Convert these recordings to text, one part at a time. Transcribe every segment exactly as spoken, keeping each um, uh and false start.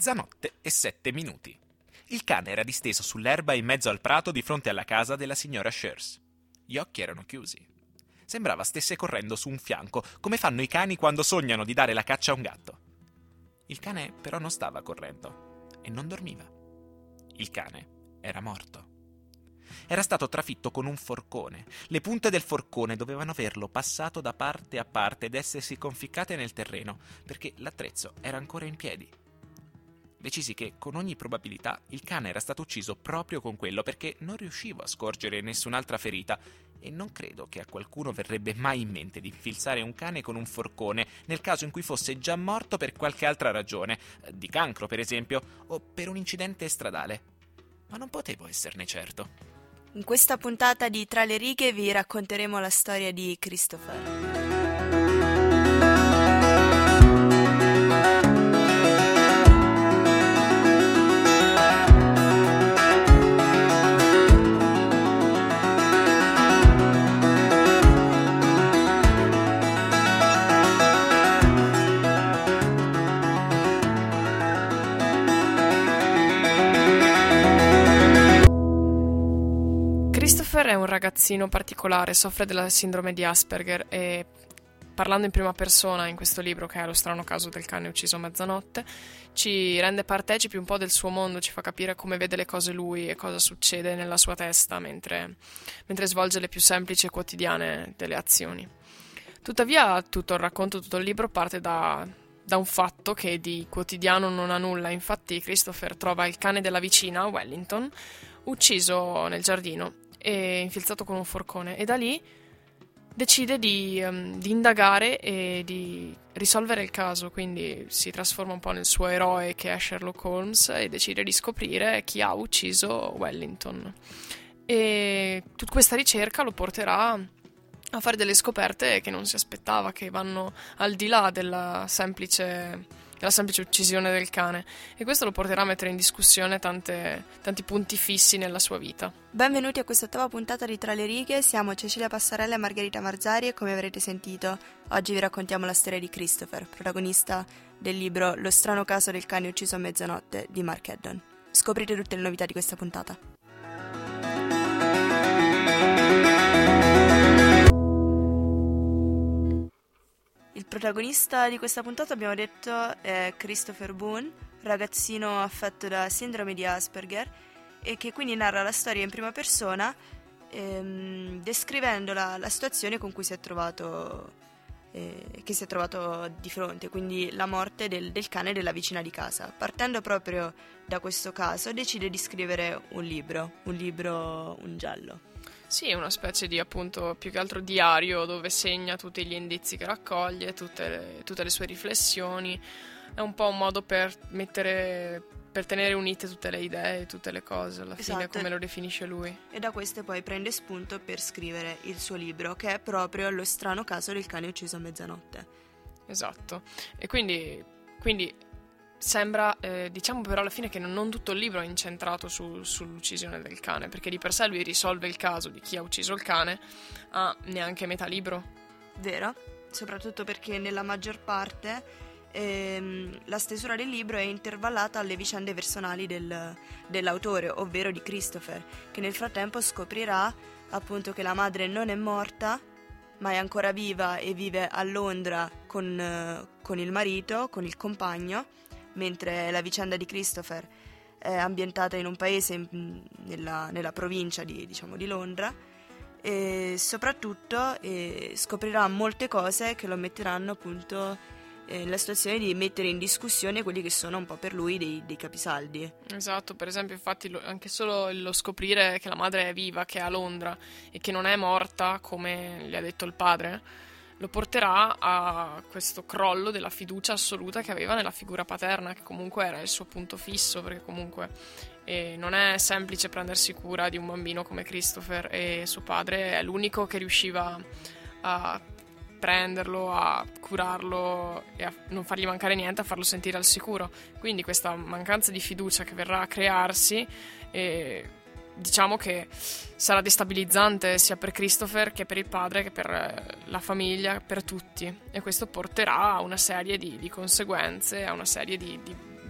Mezzanotte e sette minuti. Il cane era disteso sull'erba in mezzo al prato di fronte alla casa della signora Shears. Gli occhi erano chiusi. Sembrava stesse correndo su un fianco, come fanno i cani quando sognano di dare la caccia a un gatto. Il cane però non stava correndo e non dormiva. Il cane era morto. Era stato trafitto con un forcone. Le punte del forcone dovevano averlo passato da parte a parte ed essersi conficcate nel terreno, perché l'attrezzo era ancora in piedi. Decisi che, con ogni probabilità, il cane era stato ucciso proprio con quello, perché non riuscivo a scorgere nessun'altra ferita e non credo che a qualcuno verrebbe mai in mente di infilzare un cane con un forcone nel caso in cui fosse già morto per qualche altra ragione, di cancro per esempio, o per un incidente stradale. Ma non potevo esserne certo. In questa puntata di Tra le righe vi racconteremo la storia di Christopher. Christopher è un ragazzino particolare, soffre della sindrome di Asperger e, parlando in prima persona in questo libro, che è Lo strano caso del cane ucciso a mezzanotte, ci rende partecipi un po' del suo mondo, ci fa capire come vede le cose lui e cosa succede nella sua testa mentre, mentre svolge le più semplici e quotidiane delle azioni. Tuttavia tutto il racconto, tutto il libro parte da, da un fatto che di quotidiano non ha nulla. Infatti Christopher trova il cane della vicina, Wellington, ucciso nel giardino e infilzato con un forcone, e da lì decide di, um, di indagare e di risolvere il caso, quindi si trasforma un po' nel suo eroe che è Sherlock Holmes e decide di scoprire chi ha ucciso Wellington. E tutta questa ricerca lo porterà a fare delle scoperte che non si aspettava, che vanno al di là della semplice la semplice uccisione del cane, e questo lo porterà a mettere in discussione tante, tanti punti fissi nella sua vita. Benvenuti a quest'ottava puntata di Tra le righe, siamo Cecilia Passarella e Margherita Marzari e come avrete sentito oggi vi raccontiamo la storia di Christopher, protagonista del libro Lo strano caso del cane ucciso a mezzanotte di Mark Haddon. Scoprite tutte le novità di questa puntata. Il protagonista di questa puntata, abbiamo detto, è Christopher Boone, ragazzino affetto da sindrome di Asperger e che quindi narra la storia in prima persona, ehm, descrivendo la, la situazione con cui si è trovato, eh, che si è trovato di fronte, quindi la morte del, del cane della vicina di casa. Partendo proprio da questo caso, decide di scrivere un libro, un libro, un giallo. Sì, è una specie di, appunto, più che altro diario dove segna tutti gli indizi che raccoglie, tutte le, tutte le sue riflessioni. È un po' un modo per mettere, per tenere unite tutte le idee, tutte le cose, alla fine, esatto, come lo definisce lui. E da queste poi prende spunto per scrivere il suo libro, che è proprio Lo strano caso del cane ucciso a mezzanotte. Esatto. E quindi, quindi sembra, eh, diciamo però alla fine che non tutto il libro è incentrato su, sull'uccisione del cane, perché di per sé lui risolve il caso di chi ha ucciso il cane a neanche metà libro. Vero, soprattutto perché nella maggior parte ehm, la stesura del libro è intervallata alle vicende personali del, dell'autore, ovvero di Christopher, che nel frattempo scoprirà appunto che la madre non è morta, ma è ancora viva e vive a Londra con, eh, con il marito, con il compagno, mentre la vicenda di Christopher è ambientata in un paese in, nella, nella provincia di, diciamo, di Londra, e soprattutto eh, scoprirà molte cose che lo metteranno appunto eh, nella situazione di mettere in discussione quelli che sono un po' per lui dei, dei capisaldi. Esatto, per esempio infatti lo, anche solo lo scoprire che la madre è viva, che è a Londra e che non è morta come gli ha detto il padre, lo porterà a questo crollo della fiducia assoluta che aveva nella figura paterna, che comunque era il suo punto fisso, perché comunque eh, non è semplice prendersi cura di un bambino come Christopher, e suo padre è l'unico che riusciva a prenderlo, a curarlo e a non fargli mancare niente, a farlo sentire al sicuro. Quindi questa mancanza di fiducia che verrà a crearsi eh, diciamo che sarà destabilizzante sia per Christopher che per il padre, che per la famiglia, per tutti, e questo porterà a una serie di, di conseguenze, a una serie di, di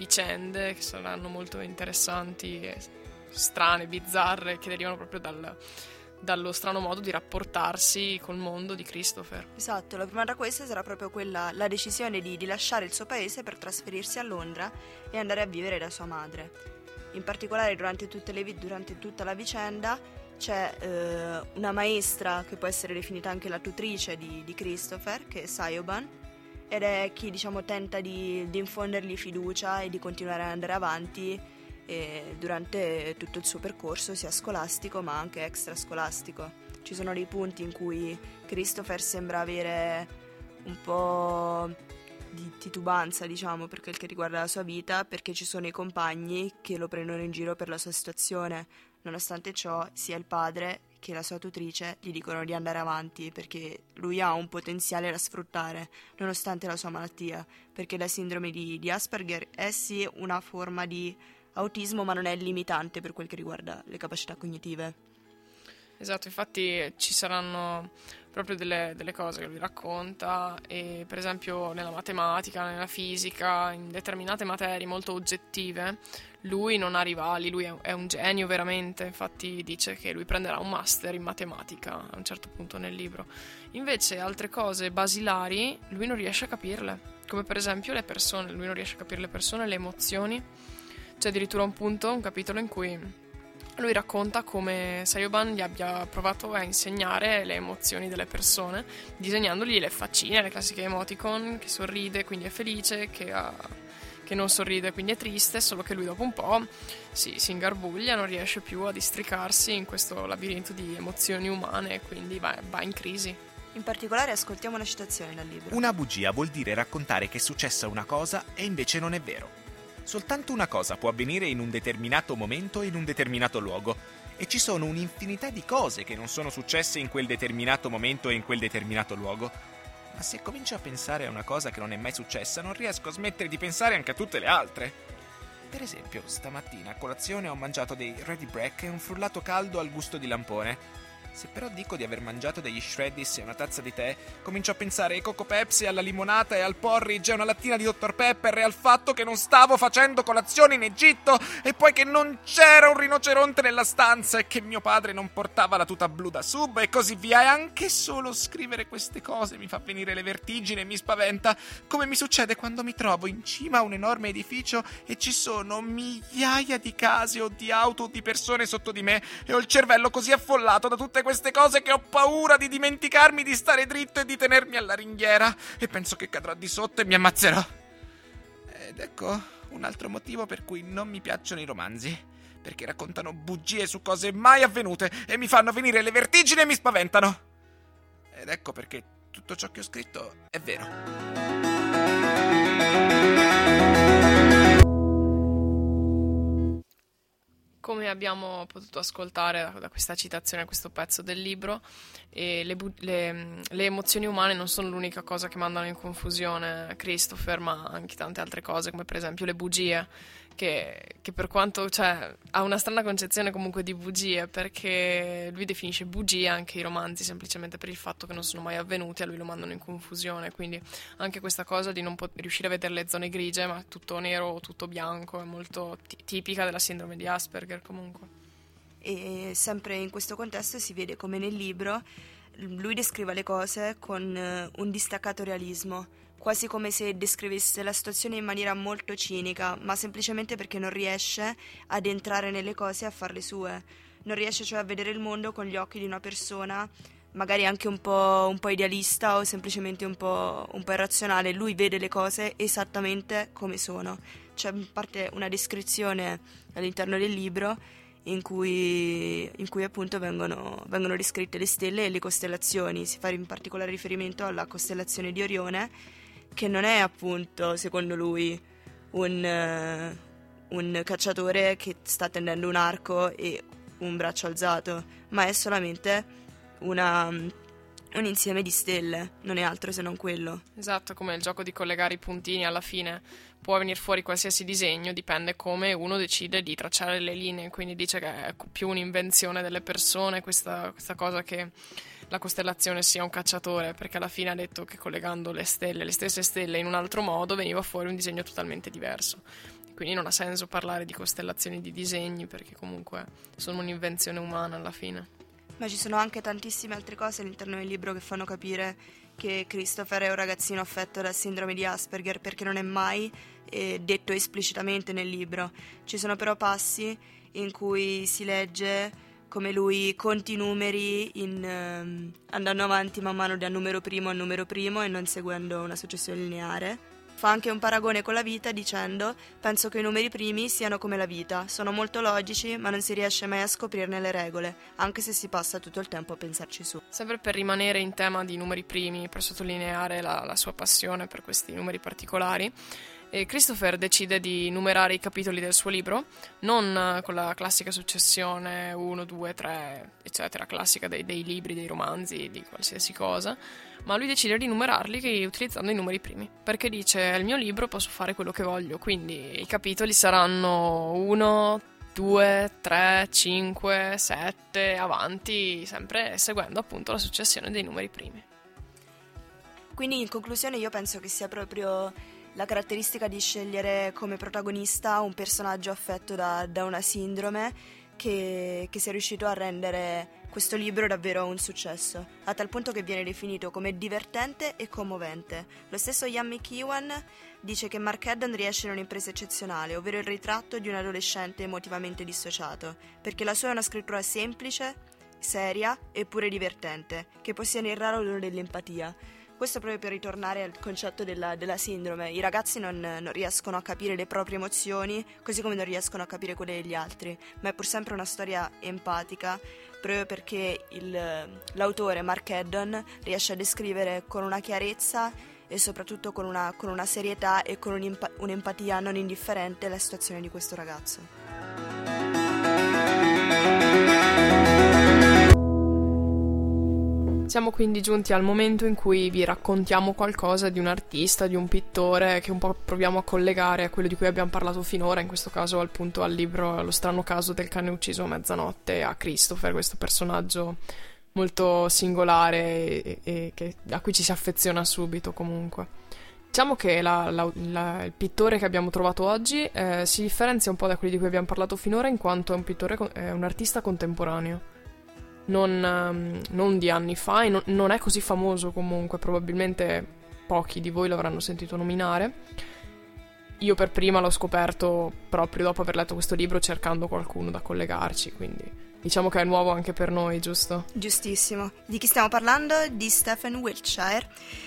vicende che saranno molto interessanti, e strane, bizzarre, che derivano proprio dal, dallo strano modo di rapportarsi col mondo di Christopher. Esatto, la prima tra queste sarà proprio quella, la decisione di, di lasciare il suo paese per trasferirsi a Londra e andare a vivere da sua madre. In particolare durante, tutte le, durante tutta la vicenda c'è eh, una maestra che può essere definita anche la tutrice di, di Christopher, che è Sayoban, ed è chi, diciamo, tenta di, di infondergli fiducia e di continuare ad andare avanti eh, durante tutto il suo percorso, sia scolastico ma anche extrascolastico. Ci sono dei punti in cui Christopher sembra avere un po' di titubanza, diciamo, per quel che riguarda la sua vita, perché ci sono i compagni che lo prendono in giro per la sua situazione. Nonostante ciò, sia il padre che la sua tutrice gli dicono di andare avanti, perché lui ha un potenziale da sfruttare, nonostante la sua malattia, perché la sindrome di, di Asperger è sì una forma di autismo, ma non è limitante per quel che riguarda le capacità cognitive. Esatto, infatti ci saranno proprio delle, delle cose che lui racconta, e per esempio nella matematica, nella fisica, in determinate materie molto oggettive lui non ha rivali, lui è, è un genio veramente. Infatti dice che lui prenderà un master in matematica a un certo punto nel libro. Invece altre cose basilari lui non riesce a capirle, come per esempio le persone, lui non riesce a capire le persone, le emozioni. C'è addirittura un punto, un capitolo in cui lui racconta come Sayoban gli abbia provato a insegnare le emozioni delle persone, disegnandogli le faccine, le classiche emoticon, che sorride quindi è felice, che, ha, che non sorride quindi è triste, solo che lui dopo un po' si, si ingarbuglia, non riesce più a districarsi in questo labirinto di emozioni umane e quindi va, va in crisi. In particolare ascoltiamo una citazione dal libro. Una bugia vuol dire raccontare che è successa una cosa e invece non è vero. Soltanto una cosa può avvenire in un determinato momento e in un determinato luogo, e ci sono un'infinità di cose che non sono successe in quel determinato momento e in quel determinato luogo. Ma se comincio a pensare a una cosa che non è mai successa, non riesco a smettere di pensare anche a tutte le altre. Per esempio, stamattina a colazione ho mangiato dei Ready Break e un frullato caldo al gusto di lampone. Se però dico di aver mangiato degli Shreddies e una tazza di tè, comincio a pensare ai Coco Pepsi, alla limonata e al porridge e una lattina di dottor Pepper e al fatto che non stavo facendo colazione in Egitto e poi che non c'era un rinoceronte nella stanza e che mio padre non portava la tuta blu da sub e così via. E anche solo scrivere queste cose mi fa venire le vertigini e mi spaventa, come mi succede quando mi trovo in cima a un enorme edificio e ci sono migliaia di case o di auto o di persone sotto di me e ho il cervello così affollato da tutte queste cose che ho paura di dimenticarmi di stare dritto e di tenermi alla ringhiera e penso che cadrò di sotto e mi ammazzerò. Ed ecco un altro motivo per cui non mi piacciono i romanzi, perché raccontano bugie su cose mai avvenute e mi fanno venire le vertigini e mi spaventano. Ed ecco perché tutto ciò che ho scritto è vero. Come abbiamo potuto ascoltare da, da questa citazione, questo pezzo del libro, e le, bu- le, le emozioni umane non sono l'unica cosa che mandano in confusione Christopher, ma anche tante altre cose, come per esempio le bugie, che, che per quanto, cioè, ha una strana concezione comunque di bugie, perché lui definisce bugie anche i romanzi semplicemente per il fatto che non sono mai avvenuti, a lui lo mandano in confusione, quindi anche questa cosa di non pot- riuscire a vedere le zone grigie, ma tutto nero o tutto bianco, è molto t- tipica della sindrome di Asperger comunque. E sempre in questo contesto si vede come nel libro lui descriva le cose con un distaccato realismo, quasi come se descrivesse la situazione in maniera molto cinica, ma semplicemente perché non riesce ad entrare nelle cose e a farle sue. Non riesce cioè a vedere il mondo con gli occhi di una persona, magari anche un po', un po' idealista o semplicemente un po', un po' irrazionale. Lui vede le cose esattamente come sono. C'è in parte una descrizione all'interno del libro in cui, in cui appunto vengono, vengono descritte le stelle e le costellazioni. Si fa in particolare riferimento alla costellazione di Orione, che non è appunto, secondo lui, un, uh, un cacciatore che sta tendendo un arco e un braccio alzato, ma è solamente una, un insieme di stelle, non è altro se non quello. Esatto, come il gioco di collegare i puntini, alla fine può venire fuori qualsiasi disegno, dipende come uno decide di tracciare le linee, quindi dice che è più un'invenzione delle persone questa, questa cosa che la costellazione sia un cacciatore, perché alla fine ha detto che collegando le stelle, le stesse stelle in un altro modo, veniva fuori un disegno totalmente diverso. quindi non ha senso parlare di costellazioni di disegni, perché comunque sono un'invenzione umana alla fine. Ma ci sono anche tantissime altre cose all'interno del libro che fanno capire che Christopher è un ragazzino affetto da sindrome di Asperger, perché non è mai eh, detto esplicitamente nel libro. Ci sono però passi in cui si legge come lui conti i numeri in, um, andando avanti man mano da numero primo a numero primo e non seguendo una successione lineare. Fa anche un paragone con la vita dicendo: penso che i numeri primi siano come la vita, sono molto logici ma non si riesce mai a scoprirne le regole, anche se si passa tutto il tempo a pensarci su. Sempre per rimanere in tema di numeri primi, per sottolineare la, la sua passione per questi numeri particolari, e Christopher decide di numerare i capitoli del suo libro, non con la classica successione uno, due, tre, eccetera, classica dei, dei libri, dei romanzi, di qualsiasi cosa, ma lui decide di numerarli utilizzando i numeri primi, perché dice: è il mio libro, posso fare quello che voglio, quindi i capitoli saranno uno, due, tre, cinque, sette, avanti, sempre seguendo appunto la successione dei numeri primi. Quindi in conclusione io penso che sia proprio la caratteristica di scegliere come protagonista un personaggio affetto da, da una sindrome che, che sia riuscito a rendere questo libro davvero un successo, a tal punto che viene definito come divertente e commovente. Lo stesso Ian McEwan dice che Mark Haddon riesce in un'impresa eccezionale, ovvero il ritratto di un adolescente emotivamente dissociato, perché la sua è una scrittura semplice, seria eppure divertente, che possiede il raro odore dell'empatia. Questo proprio per ritornare al concetto della, della sindrome. I ragazzi non, non riescono a capire le proprie emozioni, così come non riescono a capire quelle degli altri, ma è pur sempre una storia empatica, proprio perché il, l'autore Mark Haddon riesce a descrivere con una chiarezza e soprattutto con una, con una serietà e con un'emp- un'empatia non indifferente la situazione di questo ragazzo. Siamo quindi giunti al momento in cui vi raccontiamo qualcosa di un artista, di un pittore, che un po' proviamo a collegare a quello di cui abbiamo parlato finora, in questo caso appunto al libro Lo strano caso del cane ucciso a mezzanotte, a Christopher, questo personaggio molto singolare e, e che, a cui ci si affeziona subito comunque. Diciamo che la, la, la, il pittore che abbiamo trovato oggi eh, si differenzia un po' da quelli di cui abbiamo parlato finora, in quanto è un pittore, è un artista contemporaneo. Non, um, non di anni fa, e non, non è così famoso comunque, probabilmente pochi di voi l'avranno sentito nominare. Io per prima l'ho scoperto proprio dopo aver letto questo libro, cercando qualcuno da collegarci, quindi diciamo che è nuovo anche per noi, giusto? Giustissimo. Di chi stiamo parlando? Di Stephen Wiltshire,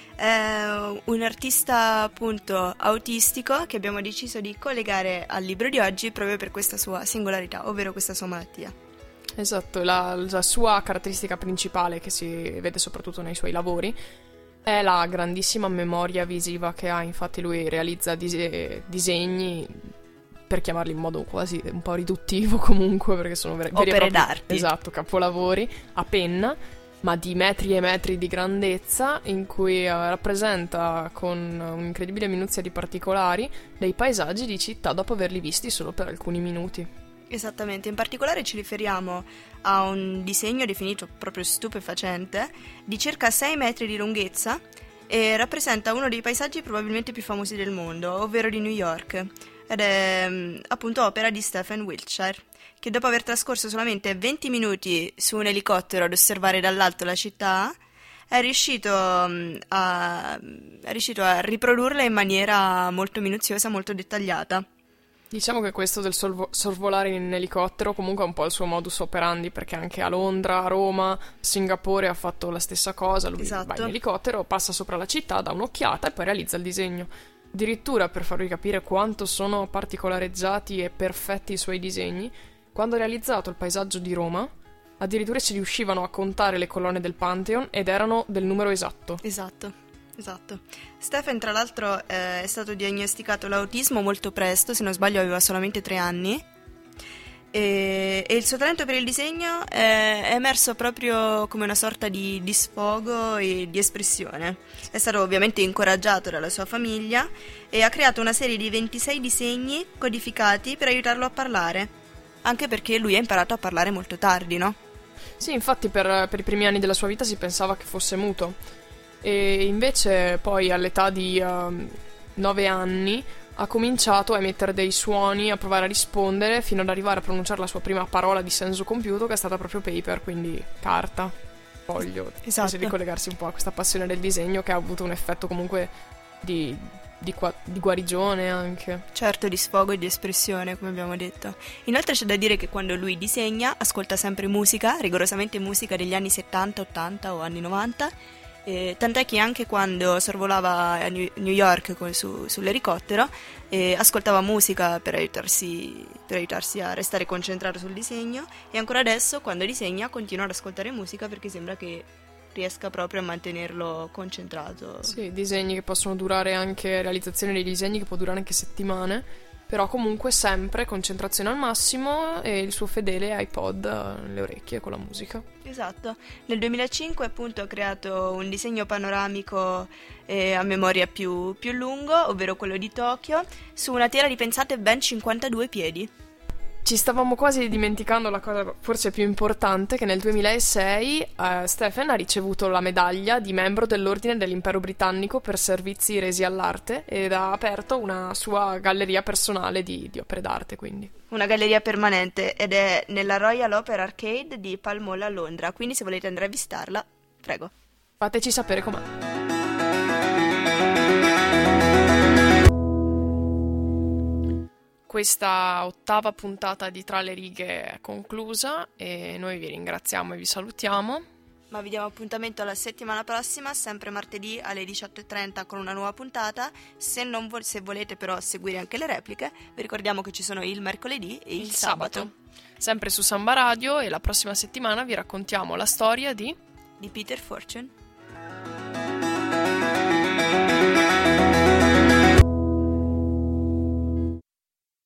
è un artista appunto autistico che abbiamo deciso di collegare al libro di oggi proprio per questa sua singolarità, ovvero questa sua malattia. Esatto, la, la sua caratteristica principale, che si vede soprattutto nei suoi lavori, è la grandissima memoria visiva che ha. Infatti lui realizza dise- disegni, per chiamarli in modo quasi un po' riduttivo comunque, perché sono veri, veri opere e propri, d'arte. Esatto, capolavori a penna, ma di metri e metri di grandezza, in cui uh, rappresenta con un'incredibile minuzia di particolari dei paesaggi di città dopo averli visti solo per alcuni minuti. Esattamente, in particolare ci riferiamo a un disegno definito proprio stupefacente, di circa sei metri di lunghezza, e rappresenta uno dei paesaggi probabilmente più famosi del mondo, ovvero di New York, ed è appunto opera di Stephen Wiltshire, che dopo aver trascorso solamente venti minuti su un elicottero ad osservare dall'alto la città, è riuscito a, è riuscito a riprodurla in maniera molto minuziosa, molto dettagliata. Diciamo che questo del sorvo- sorvolare in elicottero comunque è un po' il suo modus operandi, perché anche a Londra, a Roma, Singapore ha fatto la stessa cosa. Lui Esatto. va in elicottero, passa sopra la città, dà un'occhiata e poi realizza il disegno. Addirittura, per farvi capire quanto sono particolareggiati e perfetti i suoi disegni, quando ha realizzato il paesaggio di Roma, addirittura si riuscivano a contare le colonne del Pantheon ed erano del numero esatto. Esatto. Esatto. Stephen, tra l'altro, eh, è stato diagnosticato l'autismo molto presto, se non sbaglio aveva solamente tre anni, e, e il suo talento per il disegno è, è emerso proprio come una sorta di, di sfogo e di espressione. È stato ovviamente incoraggiato dalla sua famiglia e ha creato una serie di ventisei disegni codificati per aiutarlo a parlare, anche perché lui ha imparato a parlare molto tardi, no? Sì, infatti per, per i primi anni della sua vita si pensava che fosse muto. E invece poi all'età di uh, nove anni ha cominciato a emettere dei suoni, a provare a rispondere, fino ad arrivare a pronunciare la sua prima parola di senso compiuto, che è stata proprio paper, quindi carta, foglio. Esatto. E di collegarsi un po' a questa passione del disegno, che ha avuto un effetto comunque di, di, di guarigione anche. Certo, di sfogo e di espressione, come abbiamo detto. Inoltre c'è da dire che quando lui disegna ascolta sempre musica, rigorosamente musica degli anni settanta, ottanta o anni novanta. Eh, tant'è che anche quando sorvolava a New York con, su, sull'elicottero eh, ascoltava musica per aiutarsi, per aiutarsi a restare concentrato sul disegno, e ancora adesso quando disegna continua ad ascoltare musica perché sembra che riesca proprio a mantenerlo concentrato. Sì, disegni che possono durare anche, realizzazione dei disegni che può durare anche settimane, però comunque sempre concentrazione al massimo e il suo fedele iPod nelle orecchie con la musica. Esatto. Nel duemilacinque appunto ha creato un disegno panoramico eh, a memoria più, più lungo, ovvero quello di Tokyo, su una tela di, pensate, ben cinquantadue piedi. Ci stavamo quasi dimenticando la cosa forse più importante, che nel duemilasei eh, Stephen ha ricevuto la medaglia di membro dell'Ordine dell'Impero Britannico per servizi resi all'arte ed ha aperto una sua galleria personale di, di opere d'arte, quindi. Una galleria permanente, ed è nella Royal Opera Arcade di Pall Mall a Londra, quindi se volete andare a visitarla, prego. Fateci sapere com'è. Questa ottava puntata di Tra le righe è conclusa e noi vi ringraziamo e vi salutiamo. Ma vi diamo appuntamento alla settimana prossima, sempre martedì alle diciotto e trenta con una nuova puntata. Se, non vo- se volete però seguire anche le repliche, vi ricordiamo che ci sono il mercoledì e il, il sabato. sabato. Sempre su Samba Radio, e la prossima settimana vi raccontiamo la storia di... di Peter Fortune.